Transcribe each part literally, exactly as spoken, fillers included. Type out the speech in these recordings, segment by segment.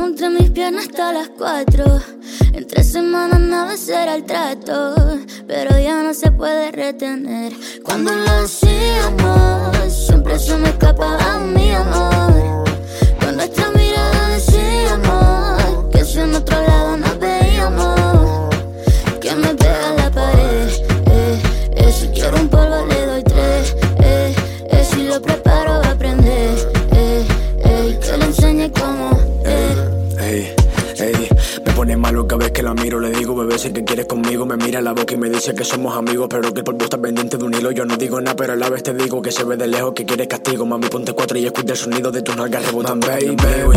entre mis piernas hasta las cuatro. En tres semanas nada será el trato, pero ya no se puede retener. Cuando lo hacíamos, siempre se me escapaba mi amor. Con nuestra mirada decíamos que si en otro lado nos veíamos. Que me pega la pared, eh, eh, si quiero un polvo le doy tres, eh, eh, si lo preparo va a aprender, eh, eh, que le enseñe cómo, eh. Ey, ey, me pone malo cada vez que la miro. Le digo, bebé, sé que quieres conmigo. Me mira la boca y me dice que somos amigos, pero que el polvo está pendiente de un hilo. Yo no digo nada, pero a la vez te digo que se ve de lejos que quieres castigo. Mami, ponte cuatro y escucha el sonido de tus nalgas rebotando. Baby,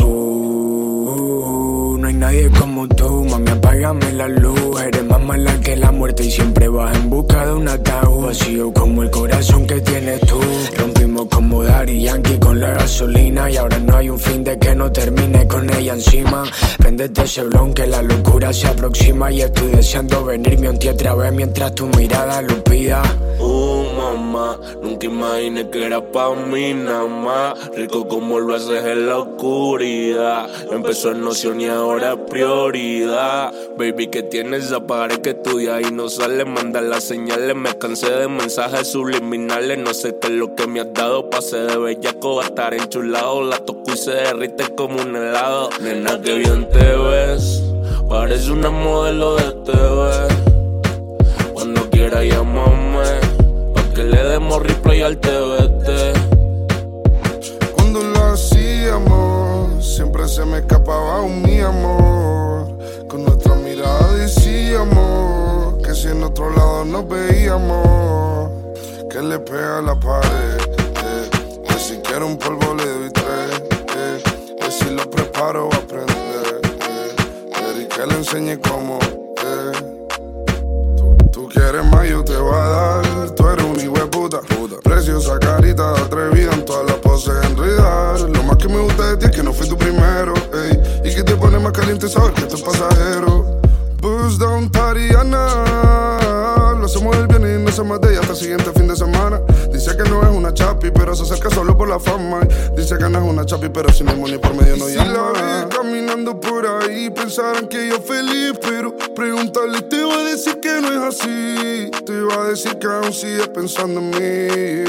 uh, no hay nadie como tú. Mami, apágame la luz. Eres más mala que la muerte y siempre vas en busca de un ataúd vacío como el corazón que tienes tú. Rompimos como Daddy Yankee con la gasolina y ahora no hay un fin de que no termine con ella encima. Préndete ese blon que la locura se aproxima y estoy deseando venirme un día otra vez mientras tu mirada lo pida. Uh, mamá, nunca imaginé que era pa' mí nada más. Rico como lo haces en la oscuridad. Empezó en noción y ahora es prioridad. Baby, que tienes a pared que estudia y no sale. Manda las señales, me cansé de mensajes subliminales. No sé qué es lo que me has dado. Pasé de bellaco a estar enchulado. La toco y se derrite como un helado. Nena, que bien te ves. Parece una modelo de T V. Cuando quiera llámame, pa' que le demos replay al T V T. Cuando lo hacíamos, siempre se me escapaba un mi amor. Con nuestra mirada decíamos que si en otro lado nos veíamos. Que le pega a la pared, eh, que si quiero un polvo le doy tres, eh, que si lo preparo va a aprender, eh, eh, y que le enseñe cómo, eh. Tú quieres más, yo te voy a dar. Tú eres un hijo de puta, puta. Preciosa carita atrevida en todas las poses enredar. Lo más que me gusta de ti es que no fui tu primero, ey. Y que te pone más caliente saber que esto es pasajero. Bust down, Tariana. Lo hacemos el viernes y no se más de ella hasta el siguiente fin de semana. Dice que no es una chapi, pero se acerca solo por la fama. Dice que no es una chapi, pero sin el money por medio no llama. Si la vi caminando por ahí, pensarán que yo feliz, pero pregúntale, te va a decir que no es así. Te va a decir que aún sigues pensando en mí.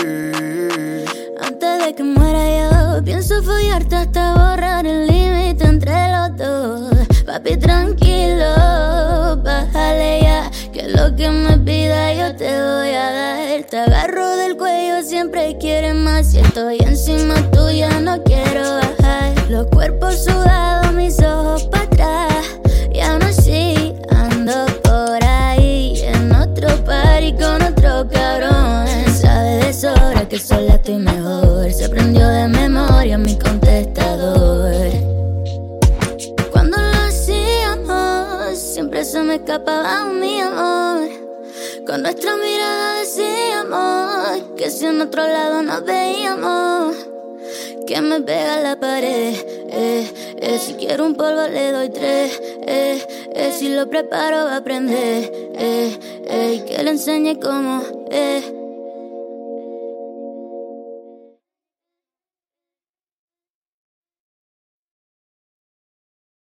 Antes de que muera yo, pienso follarte hasta borrar el límite entre los dos. Papi, tranquilo, bájale ya, que lo que me pida yo te voy a dar. Te agarro del cuello, siempre quieres más. Si estoy encima tuya, no quiero bajar. Los cuerpos sudados, mis ojos para atrás. Y aún así ando por ahí, en otro party con otro cabrón. Sabe de sobra que sola estoy mejor. Se prendió de memoria mi contestador. Cuando lo hacíamos, siempre se me escapaba mi amor. Con nuestra mirada decíamos que si en otro lado nos veíamos. Que me pega la pared, eh, eh, si quiero un polvo le doy tres, eh, eh, si lo preparo va a aprender, eh, eh, que le enseñe cómo, eh.